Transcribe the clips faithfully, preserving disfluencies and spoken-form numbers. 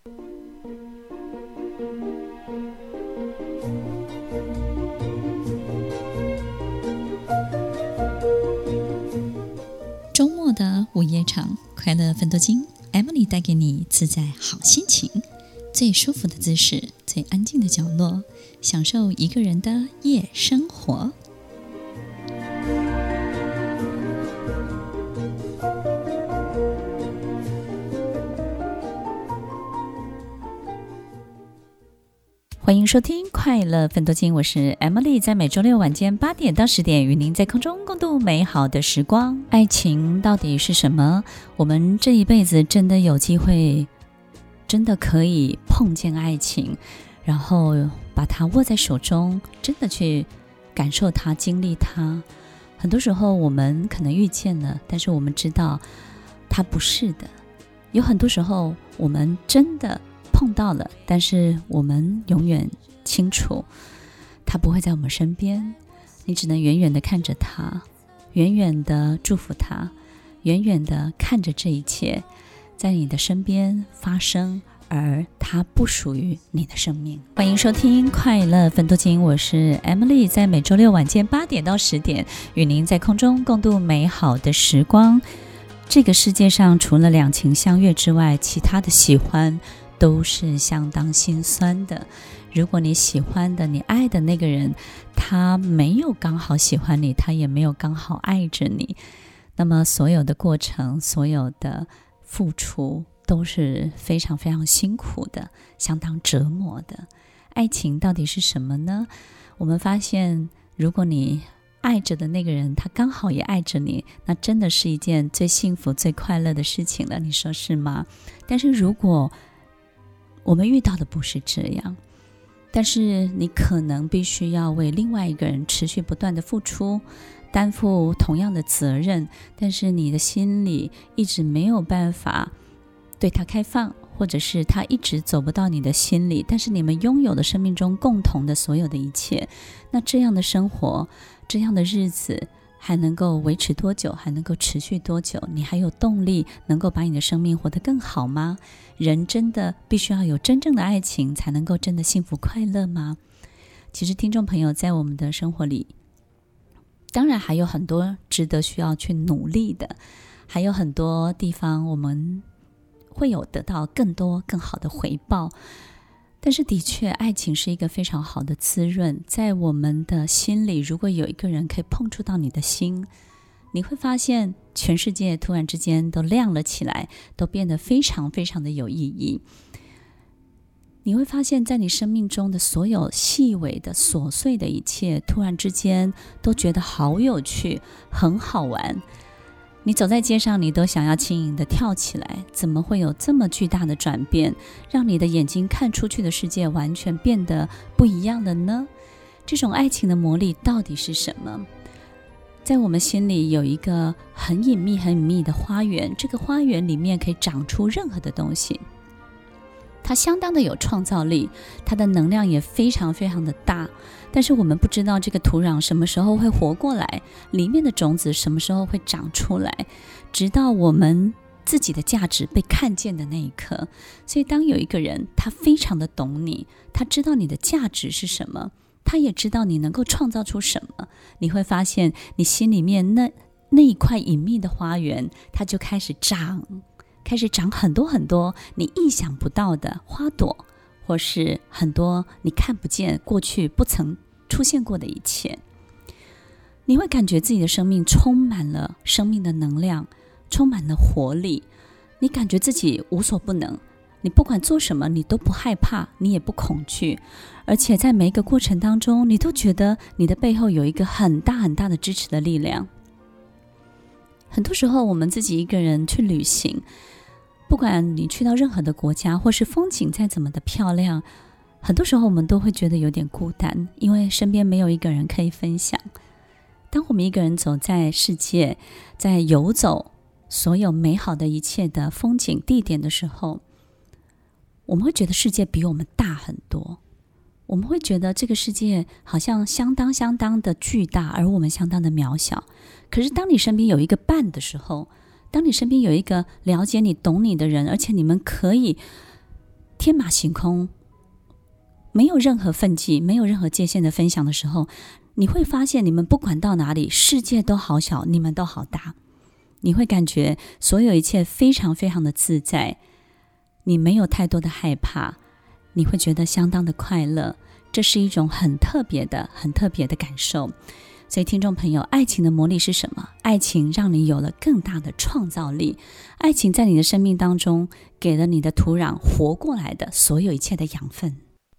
周末的午夜场，快乐分多金 Emily 带给你自在好心情，最舒服的姿势，最安静的角落，享受一个人的夜生活。欢迎收听快乐分多金，我是 Emily， 在每周六晚间八点到十点与您在空中共度美好的时光。爱情到底是什么？我们这一辈子真的有机会，真的可以碰见爱情，然后把它握在手中，真的去感受它，经历它。很多时候我们可能遇见了，但是我们知道它不是的。有很多时候我们真的碰到了，但是我们永远清楚他不会在我们身边，你只能远远的看着他，远远的祝福他，远远的看着这一切在你的身边发生，而它不属于你的生命。欢迎收听快乐分多金，我是 Emily， 在每周六晚间八点到十点与您在空中共度美好的时光。这个世界上除了两情相悦之外，其他的喜欢都是相当心酸的。如果你喜欢的你爱的那个人他没有刚好喜欢你，他也没有刚好爱着你，那么所有的过程，所有的付出都是非常非常辛苦的，相当折磨的。爱情到底是什么呢？我们发现如果你爱着的那个人他刚好也爱着你，那真的是一件最幸福最快乐的事情了，你说是吗？但是如果我们遇到的不是这样，但是你可能必须要为另外一个人持续不断的付出，担负同样的责任，但是你的心里一直没有办法对他开放，或者是他一直走不到你的心里，但是你们拥有了生命中共同的所有的一切，那这样的生活，这样的日子还能够维持多久？还能够持续多久？你还有动力能够把你的生命活得更好吗？人真的必须要有真正的爱情才能够真的幸福快乐吗？其实听众朋友，在我们的生活里当然还有很多值得需要去努力的，还有很多地方我们会有得到更多更好的回报，但是的确爱情是一个非常好的滋润。在我们的心里，如果有一个人可以碰触到你的心，你会发现全世界突然之间都亮了起来，都变得非常非常的有意义。你会发现在你生命中的所有细微的琐碎的一切，突然之间都觉得好有趣，很好玩。你走在街上，你都想要轻盈的跳起来，怎么会有这么巨大的转变，让你的眼睛看出去的世界完全变得不一样的呢？这种爱情的魔力到底是什么？在我们心里有一个很隐秘很隐秘的花园，这个花园里面可以长出任何的东西，它相当的有创造力，它的能量也非常非常的大，但是我们不知道这个土壤什么时候会活过来，里面的种子什么时候会长出来，直到我们自己的价值被看见的那一刻。所以当有一个人他非常的懂你，他知道你的价值是什么，他也知道你能够创造出什么，你会发现你心里面那那一块隐秘的花园，它就开始长开始长很多很多你意想不到的花朵，或是很多你看不见过去不曾出现过的一切。你会感觉自己的生命充满了生命的能量，充满了活力，你感觉自己无所不能，你不管做什么你都不害怕，你也不恐惧，而且在每一个过程当中，你都觉得你的背后有一个很大很大的支持的力量。很多时候我们自己一个人去旅行，不管你去到任何的国家，或是风景再怎么的漂亮，很多时候我们都会觉得有点孤单，因为身边没有一个人可以分享。当我们一个人走在世界，在游走所有美好的一切的风景地点的时候，我们会觉得世界比我们大很多，我们会觉得这个世界好像相当相当的巨大，而我们相当的渺小。可是当你身边有一个伴的时候，当你身边有一个了解你懂你的人，而且你们可以天马行空，没有任何分际，没有任何界限的分享的时候，你会发现你们不管到哪里，世界都好小，你们都好大。你会感觉所有一切非常非常的自在，你没有太多的害怕，你会觉得相当的快乐。这是一种很特别的很特别的感受。所以听众朋友，爱情的魔力是什么？爱情让你有了更大的创造力，爱情在你的生命当中给了你的土壤活过来的所有一切的养分。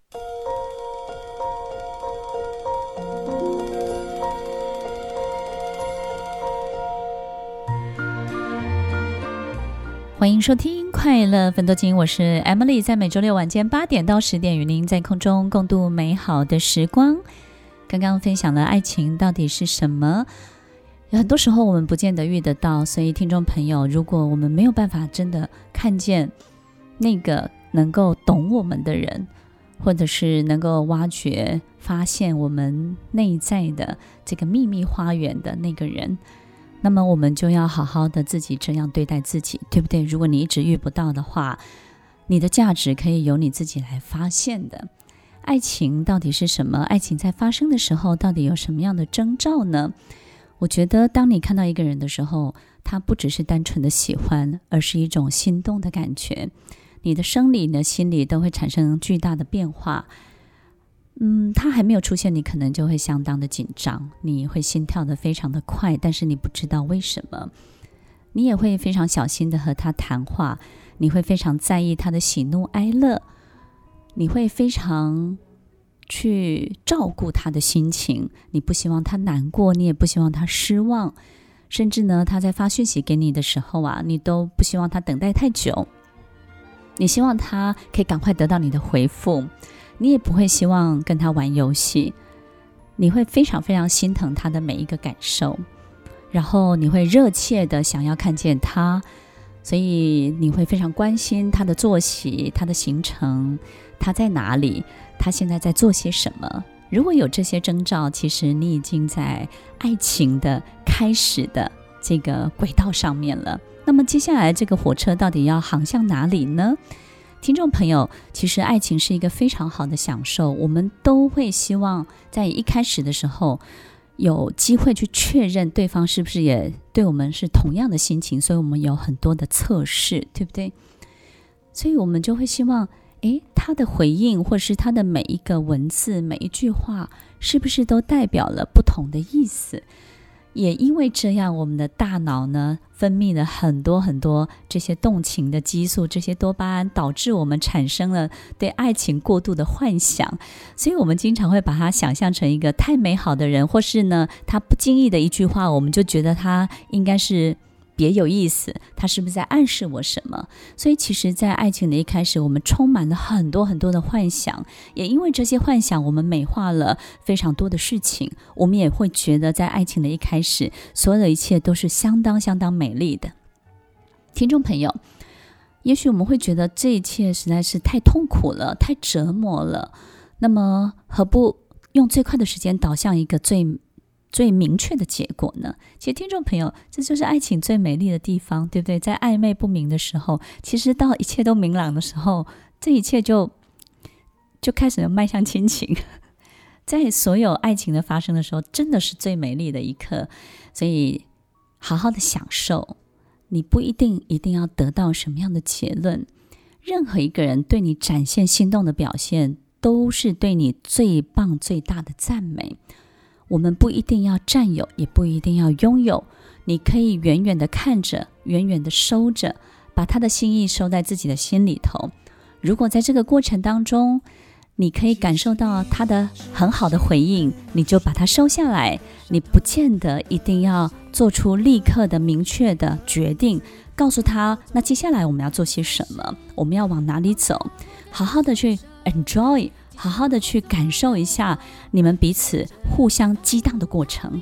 欢迎收听快乐分多金，我是 Emily， 在每周六晚间八点到十点与您在空中共度美好的时光。刚刚分享了爱情到底是什么，有很多时候我们不见得遇得到，所以听众朋友，如果我们没有办法真的看见那个能够懂我们的人，或者是能够挖掘发现我们内在的这个秘密花园的那个人，那么我们就要好好的自己这样对待自己，对不对？如果你一直遇不到的话，你的价值可以由你自己来发现的。爱情到底是什么？爱情在发生的时候到底有什么样的征兆呢？我觉得当你看到一个人的时候，他不只是单纯的喜欢，而是一种心动的感觉。你的生理、你的心理都会产生巨大的变化。嗯，他还没有出现，你可能就会相当的紧张，你会心跳得非常的快，但是你不知道为什么。你也会非常小心的和他谈话，你会非常在意他的喜怒哀乐，你会非常去照顾他的心情，你不希望他难过，你也不希望他失望，甚至呢，他在发讯息给你的时候啊，你都不希望他等待太久，你希望他可以赶快得到你的回复，你也不会希望跟他玩游戏，你会非常非常心疼他的每一个感受，然后你会热切的想要看见他，所以你会非常关心他的作息、他的行程，他在哪里，他现在在做些什么。如果有这些征兆，其实你已经在爱情的开始的这个轨道上面了。那么接下来这个火车到底要航向哪里呢？听众朋友，其实爱情是一个非常好的享受，我们都会希望在一开始的时候有机会去确认对方是不是也对我们是同样的心情，所以我们有很多的测试，对不对？所以我们就会希望，诶，他的回应或是他的每一个文字、每一句话，是不是都代表了不同的意思？也因为这样，我们的大脑呢分泌了很多很多这些动情的激素，这些多巴胺，导致我们产生了对爱情过度的幻想，所以我们经常会把它想象成一个太美好的人，或是呢他不经意的一句话，我们就觉得他应该是别有意思，他是不是在暗示我什么？所以其实在爱情的一开始，我们充满了很多很多的幻想，也因为这些幻想，我们美化了非常多的事情，我们也会觉得在爱情的一开始，所有的一切都是相当相当美丽的。听众朋友，也许我们会觉得这一切实在是太痛苦了，太折磨了，那么何不用最快的时间导向一个最最明确的结果呢？其实听众朋友，这就是爱情最美丽的地方，对不对？在暧昧不明的时候，其实到一切都明朗的时候，这一切就就开始迈向亲情。在所有爱情的发生的时候，真的是最美丽的一刻，所以好好的享受。你不一定一定要得到什么样的结论，任何一个人对你展现心动的表现，都是对你最棒最大的赞美。我们不一定要占有，也不一定要拥有，你可以远远的看着，远远的收着，把他的心意收在自己的心里头。如果在这个过程当中，你可以感受到他的很好的回应，你就把它收下来，你不见得一定要做出立刻的明确的决定，告诉他那接下来我们要做些什么，我们要往哪里走，好好的去 enjoy，好好的去感受一下你们彼此互相激荡的过程。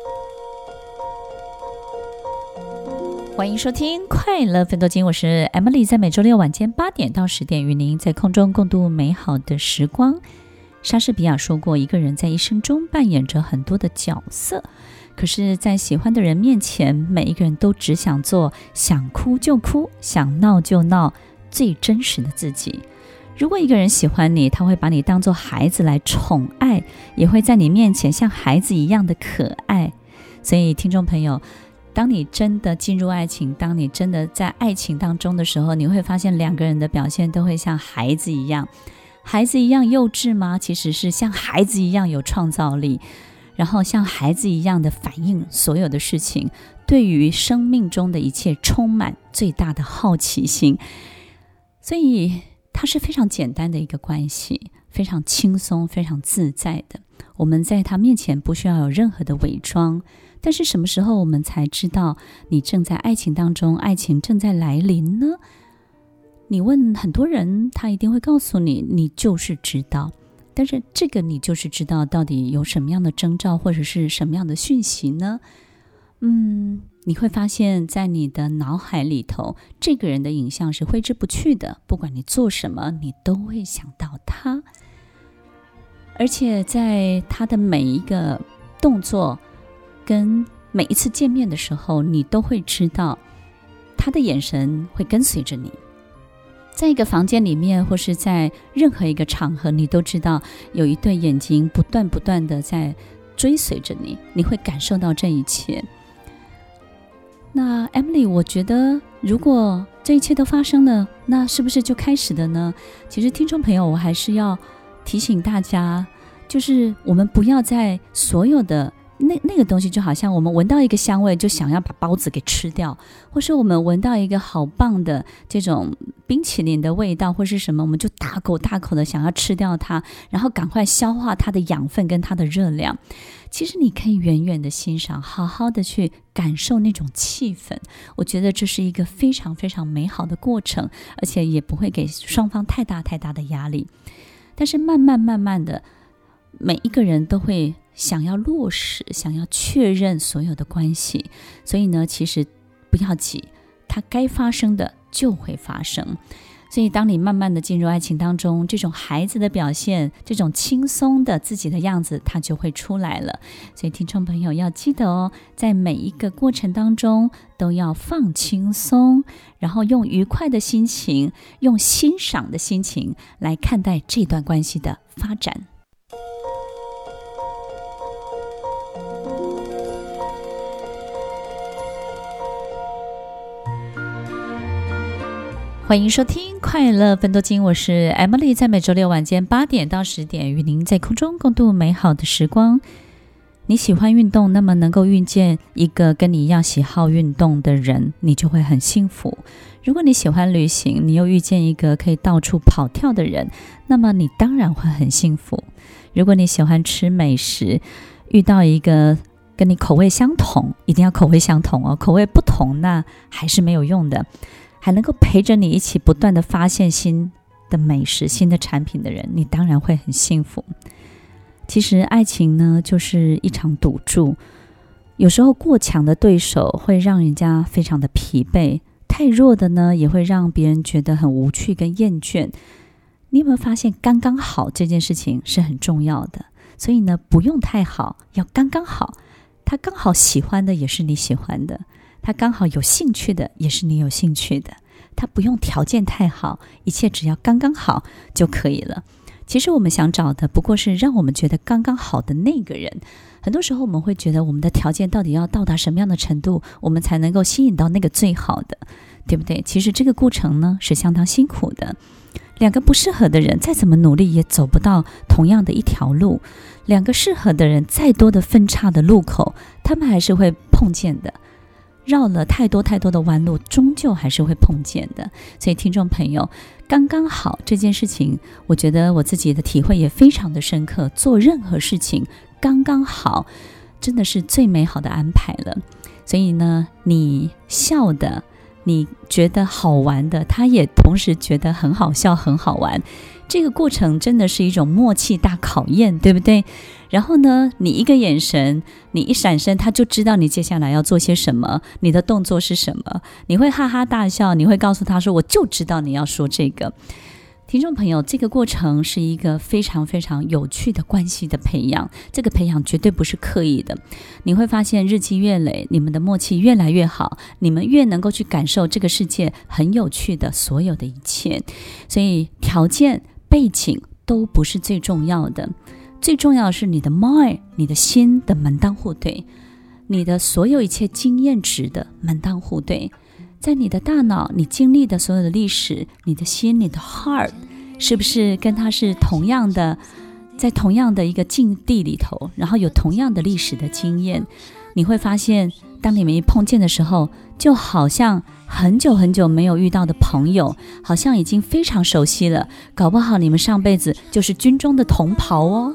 欢迎收听快乐分多金，我是 Emily， 在每周六晚间八点到十点与您在空中共度美好的时光。莎士比亚说过，一个人在一生中扮演着很多的角色，可是在喜欢的人面前，每一个人都只想做想哭就哭，想闹就闹最真实的自己。 如果一个人喜欢你，他会把你当作孩子来宠爱，也会在你面前像孩子一样的可爱。所以听众朋友，当你真的进入爱情，当你真的在爱情当中的时候，你会发现两个人的表现都会像孩子一样。孩子一样幼稚吗？其实是像孩子一样有创造力，然后像孩子一样的反映所有的事情，对于生命中的一切充满最大的好奇心。所以它是非常简单的一个关系，非常轻松，非常自在的。我们在他面前不需要有任何的伪装。但是什么时候我们才知道你正在爱情当中，爱情正在来临呢？你问很多人，他一定会告诉你，你就是知道。但是这个你就是知道到底有什么样的征兆，或者是什么样的讯息呢？嗯，你会发现在你的脑海里头，这个人的影像是挥之不去的，不管你做什么，你都会想到他。而且在他的每一个动作跟每一次见面的时候，你都会知道他的眼神会跟随着你。在一个房间里面，或是在任何一个场合，你都知道有一对眼睛不断不断的在追随着你，你会感受到这一切。那 Emily， 我觉得如果这一切都发生了，那是不是就开始了呢？其实听众朋友，我还是要提醒大家，就是我们不要在所有的那那个东西，就好像我们闻到一个香味就想要把包子给吃掉，或是我们闻到一个好棒的这种冰淇淋的味道或是什么，我们就大口大口的想要吃掉它，然后赶快消化它的养分跟它的热量。其实你可以远远的欣赏，好好的去感受那种气氛，我觉得这是一个非常非常美好的过程，而且也不会给双方太大太大的压力。但是慢慢慢慢的，每一个人都会想要落实，想要确认所有的关系，所以呢，其实不要急，它该发生的就会发生。所以当你慢慢的进入爱情当中，这种孩子的表现，这种轻松的自己的样子，它就会出来了。所以听众朋友要记得哦，在每一个过程当中都要放轻松，然后用愉快的心情，用欣赏的心情来看待这段关系的发展。欢迎收听快乐分多金，我是 Emily， 在每周六晚间八点到十点与您在空中共度美好的时光。你喜欢运动，那么能够遇见一个跟你一样喜好运动的人，你就会很幸福。如果你喜欢旅行，你又遇见一个可以到处跑跳的人，那么你当然会很幸福。如果你喜欢吃美食，遇到一个跟你口味相同，一定要口味相同哦，口味不同那还是没有用的。还能够陪着你一起不断的发现新的美食、新的产品的人，你当然会很幸福。其实爱情呢，就是一场赌注，有时候过强的对手会让人家非常的疲惫，太弱的呢，也会让别人觉得很无趣跟厌倦。你有没有发现刚刚好这件事情是很重要的？所以呢，不用太好，要刚刚好。他刚好喜欢的也是你喜欢的，他刚好有兴趣的也是你有兴趣的，他不用条件太好，一切只要刚刚好就可以了。其实我们想找的不过是让我们觉得刚刚好的那个人。很多时候我们会觉得我们的条件到底要到达什么样的程度，我们才能够吸引到那个最好的，对不对？其实这个过程呢是相当辛苦的。两个不适合的人再怎么努力也走不到同样的一条路，两个适合的人再多的分岔的路口，他们还是会碰见的。绕了太多太多的弯路，终究还是会碰见的。所以听众朋友，刚刚好这件事情，我觉得我自己的体会也非常的深刻。做任何事情刚刚好，真的是最美好的安排了。所以呢，你笑的，你觉得好玩的，他也同时觉得很好笑很好玩，这个过程真的是一种默契大考验，对不对？然后呢，你一个眼神，你一闪身，他就知道你接下来要做些什么，你的动作是什么，你会哈哈大笑，你会告诉他说我就知道你要说这个。 听众朋友，这个过程是一个非常非常有趣的关系的培养，这个培养绝对不是刻意的。你会发现日积月累，你们的默契越来越好，你们越能够去感受这个世界很有趣的所有的一切。所以条件背景都不是最重要的，最重要的是你的 mind， 你的心的门当户对，你的所有一切经验值的门当户对。在你的大脑，你经历的所有的历史，你的心，你的 heart 是不是跟它是同样的，在同样的一个境地里头，然后有同样的历史的经验。你会发现当你们一碰见的时候，就好像很久很久没有遇到的朋友，好像已经非常熟悉了，搞不好你们上辈子就是军中的同袍哦。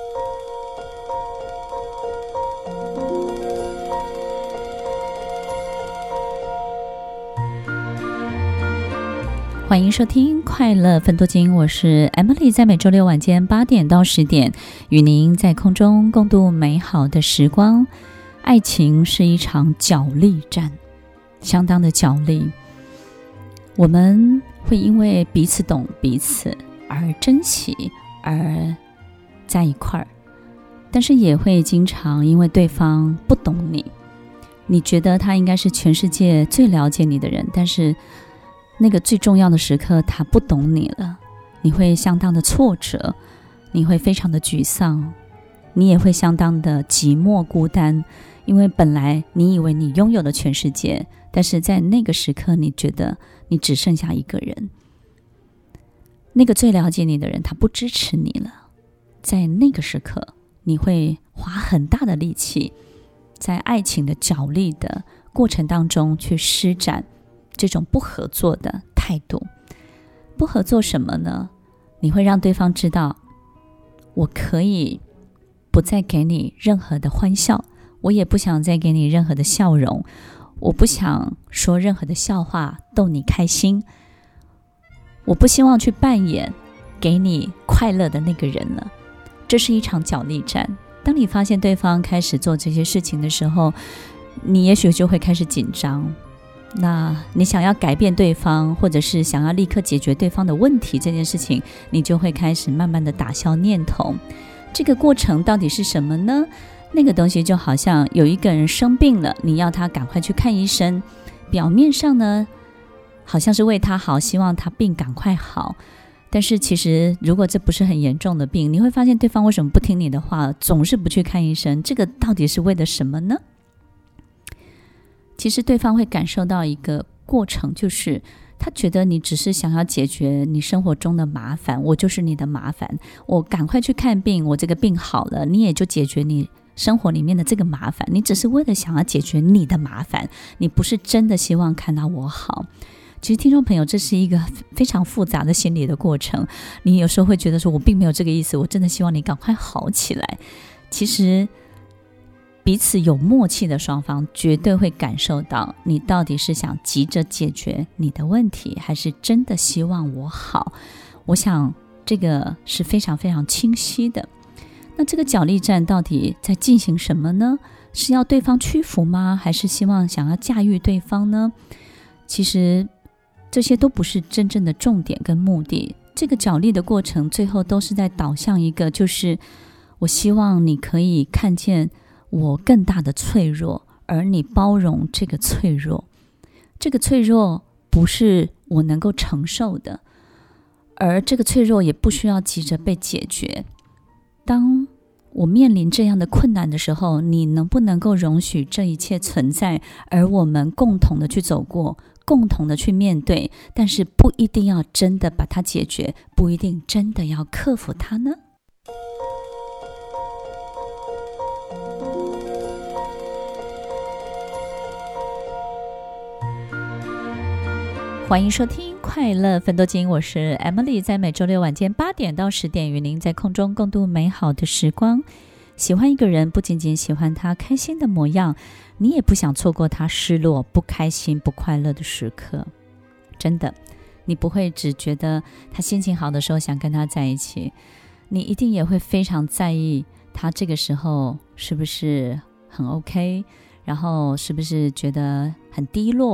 欢迎收听快乐分多金，我是 Emily， 在每周六晚间八点到十点，与您在空中共度美好的时光。爱情是一场角力战，相当的角力。我们会因为彼此懂彼此而珍惜，而在一块儿，但是也会经常因为对方不懂你，你觉得他应该是全世界最了解你的人，但是那个最重要的时刻他不懂你了，你会相当的挫折，你会非常的沮丧，你也会相当的寂寞孤单，因为本来你以为你拥有了全世界，但是在那个时刻你觉得你只剩下一个人，那个最了解你的人他不支持你了。在那个时刻你会花很大的力气，在爱情的角力的过程当中去施展这种不合作的态度。不合作什么呢？你会让对方知道，我可以不再给你任何的欢笑，我也不想再给你任何的笑容，我不想说任何的笑话逗你开心，我不希望去扮演给你快乐的那个人了。这是一场角力战。当你发现对方开始做这些事情的时候，你也许就会开始紧张，那你想要改变对方，或者是想要立刻解决对方的问题，这件事情你就会开始慢慢的打消念头。这个过程到底是什么呢？那个东西就好像有一个人生病了，你要他赶快去看医生，表面上呢好像是为他好，希望他病赶快好，但是其实如果这不是很严重的病，你会发现对方为什么不听你的话，总是不去看医生，这个到底是为了什么呢？其实对方会感受到一个过程，就是他觉得你只是想要解决你生活中的麻烦，我就是你的麻烦，我赶快去看病，我这个病好了，你也就解决你生活里面的这个麻烦，你只是为了想要解决你的麻烦，你不是真的希望看到我好。其实听众朋友，这是一个非常复杂的心理的过程，你有时候会觉得说我并没有这个意思，我真的希望你赶快好起来。其实彼此有默契的双方绝对会感受到你到底是想急着解决你的问题，还是真的希望我好。我想这个是非常非常清晰的。那这个角力战到底在进行什么呢？是要对方屈服吗？还是希望想要驾驭对方呢？其实这些都不是真正的重点跟目的。这个角力的过程最后都是在导向一个，就是我希望你可以看见我更大的脆弱，而你包容这个脆弱。这个脆弱不是我能够承受的，而这个脆弱也不需要急着被解决。当我面临这样的困难的时候，你能不能够容许这一切存在，而我们共同的去走过，共同的去面对，但是不一定要真的把它解决，不一定真的要克服它呢？欢迎收听快乐分多金，我是 Emily， 在每周六晚间八点到十点，与您在空中共度美好的时光。喜欢一个人，不仅仅喜欢他开心的模样，你也不想错过他失落、不开心、不快乐的时刻。真的，你不会只觉得他心情好的时候想跟他在一起，你一定也会非常在意他这个时候是不是很 OK， 然后是不是觉得很低落，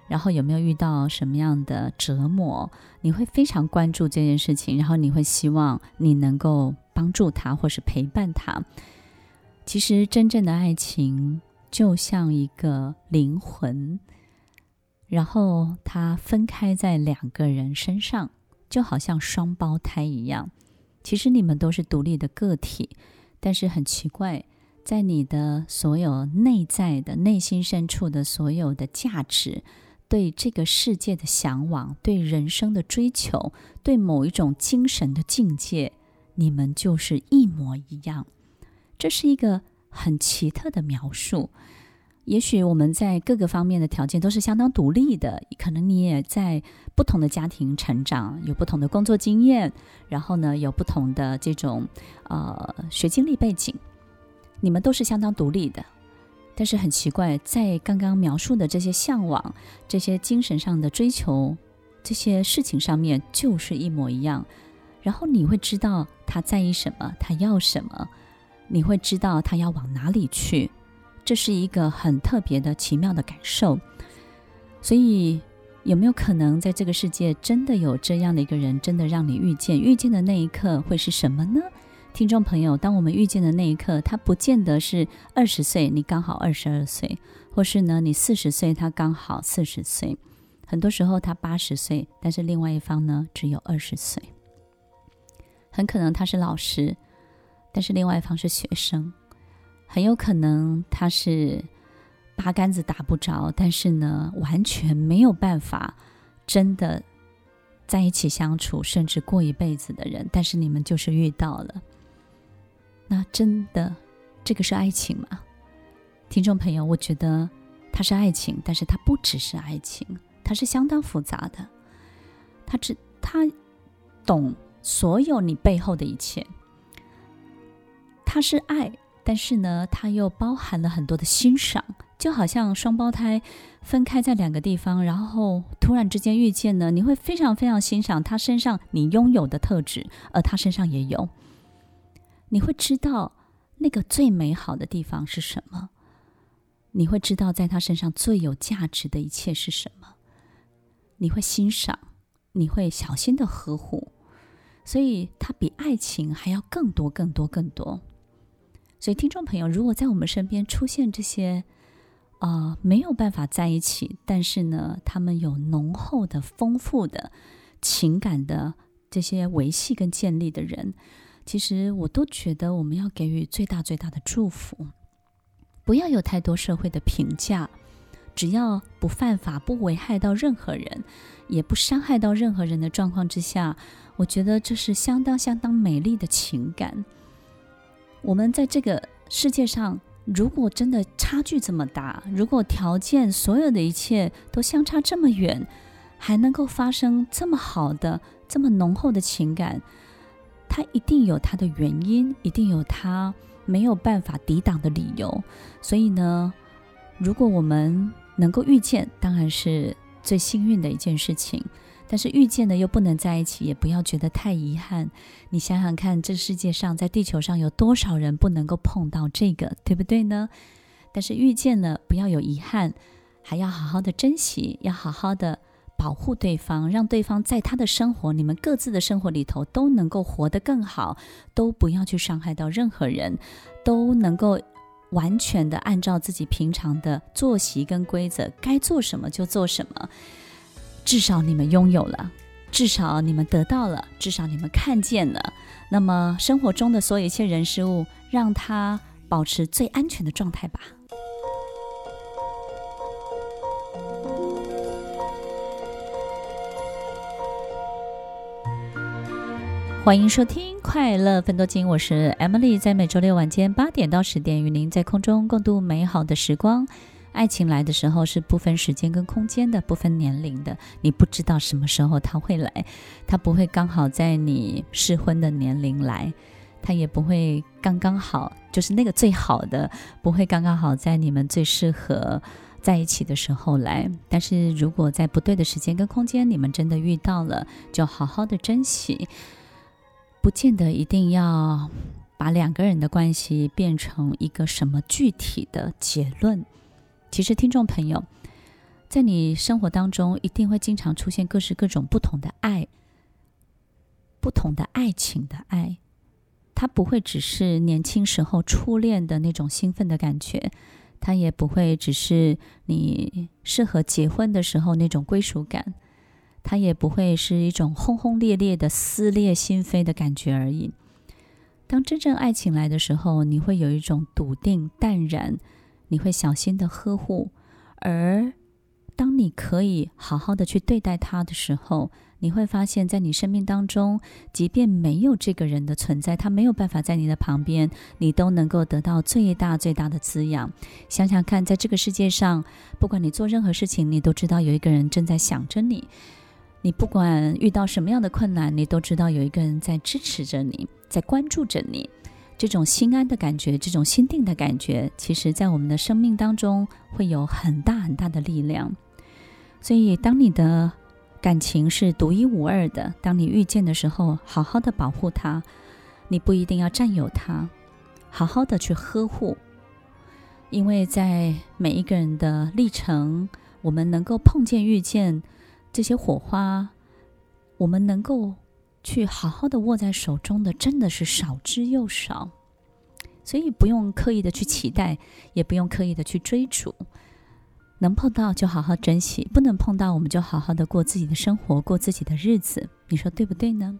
然后有没有遇到什么样的折磨，你会非常关注这件事情，然后你会希望你能够帮助他或是陪伴他。其实真正的爱情就像一个灵魂，然后它分开在两个人身上，就好像双胞胎一样。其实你们都是独立的个体，但是很奇怪，在你的所有内在的内心深处的所有的价值，对这个世界的向往，对人生的追求，对某一种精神的境界，你们就是一模一样。这是一个很奇特的描述。也许我们在各个方面的条件都是相当独立的，可能你也在不同的家庭成长，有不同的工作经验，然后呢有不同的这种呃学经历背景，你们都是相当独立的。但是很奇怪，在刚刚描述的这些向往，这些精神上的追求，这些事情上面就是一模一样。然后你会知道他在意什么，他要什么，你会知道他要往哪里去。这是一个很特别的奇妙的感受。所以有没有可能在这个世界真的有这样的一个人，真的让你遇见，遇见的那一刻会是什么呢？听众朋友，当我们遇见的那一刻，他不见得是二十岁你刚好二十二岁，或是呢你四十岁他刚好四十岁，很多时候他八十岁，但是另外一方呢只有二十岁。很可能他是老师，但是另外一方是学生。很有可能他是八竿子打不着，但是呢完全没有办法真的在一起相处，甚至过一辈子的人，但是你们就是遇到了。那真的这个是爱情吗？听众朋友，我觉得它是爱情，但是它不只是爱情，它是相当复杂的。它只它懂所有你背后的一切，它是爱，但是呢它又包含了很多的欣赏。就好像双胞胎分开在两个地方，然后突然之间遇见呢，你会非常非常欣赏他身上你拥有的特质，而他身上也有。你会知道那个最美好的地方是什么，你会知道在他身上最有价值的一切是什么，你会欣赏，你会小心的呵护。所以它比爱情还要更多更多更多。所以听众朋友，如果在我们身边出现这些呃，没有办法在一起，但是呢他们有浓厚的丰富的情感的这些维系跟建立的人，其实我都觉得我们要给予最大最大的祝福。不要有太多社会的评价，只要不犯法，不危害到任何人，也不伤害到任何人的状况之下，我觉得这是相当相当美丽的情感。我们在这个世界上，如果真的差距这么大，如果条件所有的一切都相差这么远，还能够发生这么好的这么浓厚的情感，它一定有它的原因，一定有它没有办法抵挡的理由。所以呢，如果我们能够遇见，当然是最幸运的一件事情，但是遇见了又不能在一起，也不要觉得太遗憾。你想想看，这世界上在地球上有多少人不能够碰到这个，对不对呢？但是遇见了不要有遗憾，还要好好的珍惜，要好好的保护对方，让对方在他的生活，你们各自的生活里头都能够活得更好，都不要去伤害到任何人，都能够完全的按照自己平常的作息跟规则，该做什么就做什么。至少你们拥有了，至少你们得到了，至少你们看见了。那么生活中的所有一切人事物，让它保持最安全的状态吧。欢迎收听快乐分多金，我是 Emily， 在每周六晚间八点到十点，与您在空中共度美好的时光。爱情来的时候是不分时间跟空间的，不分年龄的，你不知道什么时候它会来，它不会刚好在你适婚的年龄来，它也不会刚刚好，就是那个最好的不会刚刚好在你们最适合在一起的时候来。但是如果在不对的时间跟空间你们真的遇到了，就好好的珍惜，不见得一定要把两个人的关系变成一个什么具体的结论。其实听众朋友， 在你生活当中一定会经常出现各式各种不同的爱，不同的爱情的爱，它不会只是年轻时候初恋的那种兴奋的感觉，它也不会只是你适合结婚的时候那种归属感，它也不会是一种轰轰烈烈的撕裂心扉的感觉而已。当真正爱情来的时候，你会有一种笃定淡然，你会小心的呵护，而当你可以好好的去对待他的时候，你会发现在你生命当中，即便没有这个人的存在，他没有办法在你的旁边，你都能够得到最大最大的滋养。想想看，在这个世界上，不管你做任何事情，你都知道有一个人正在想着你，你不管遇到什么样的困难，你都知道有一个人在支持着你，在关注着你。这种心安的感觉，这种心定的感觉，其实在我们的生命当中会有很大很大的力量。所以当你的感情是独一无二的，当你遇见的时候，好好的保护它，你不一定要占有它，好好的去呵护。因为在每一个人的历程，我们能够碰见遇见这些火花，我们能够去好好的握在手中的真的是少之又少。所以不用刻意的去期待，也不用刻意的去追逐，能碰到就好好珍惜，不能碰到我们就好好的过自己的生活，过自己的日子，你说对不对呢？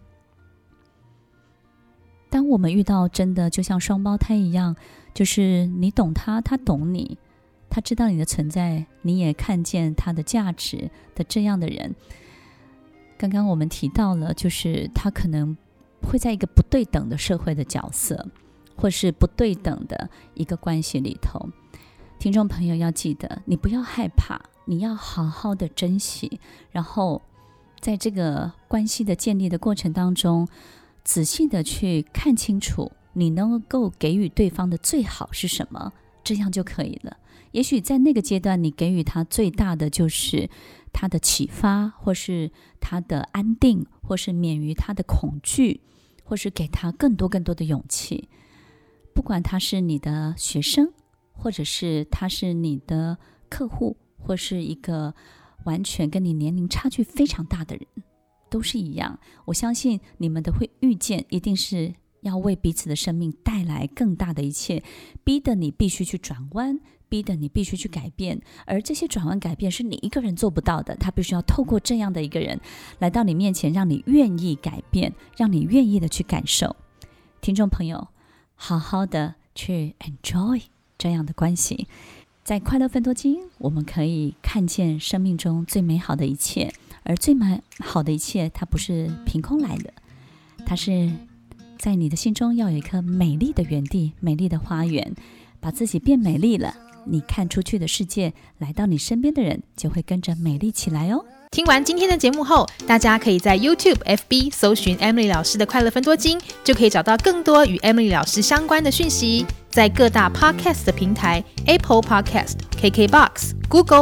当我们遇到真的就像双胞胎一样，就是你懂他，他懂你，他知道你的存在，你也看见他的价值的这样的人，刚刚我们提到了，就是他可能会在一个不对等的社会的角色，或是不对等的一个关系里头。听众朋友要记得，你不要害怕，你要好好的珍惜，然后在这个关系的建立的过程当中，仔细的去看清楚你能够给予对方的最好是什么，这样就可以了。也许在那个阶段，你给予他最大的就是他的启发，或是他的安定，或是免于他的恐惧，或是给他更多更多的勇气。不管他是你的学生，或者是他是你的客户，或是一个完全跟你年龄差距非常大的人，都是一样。我相信你们的会遇见一定是要为彼此的生命带来更大的一切，逼得你必须去转弯，逼得你必须去改变，而这些转弯改变是你一个人做不到的，他必须要透过这样的一个人来到你面前，让你愿意改变，让你愿意的去感受。听众朋友，好好的去 enjoy 这样的关系。在快乐分多金，我们可以看见生命中最美好的一切，而最美好的一切它不是凭空来的，它是在你的心中要有一颗美丽的园地，美丽的花园，把自己变美丽了，你看出去的世界，来到你身边的人就会跟着美丽起来哦。 听完今天的节目后，大家可以在 YouTube、F B 搜寻 Emily 老师的快乐分多金，就可以找到更多与 Emily 老师相关的讯息。在各大 Podcast 的平台 Apple Podcast、K K B O X、Google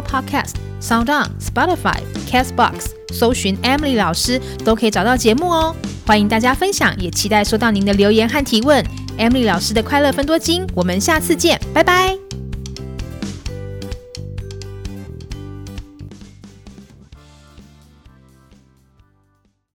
Podcast、SoundOn、Spotify、Castbox 搜寻 Emily 老师都可以找到节目哦。欢迎大家分享，也期待收到您的留言和提问。Emily 老师的快乐分多金，我们下次见，拜拜。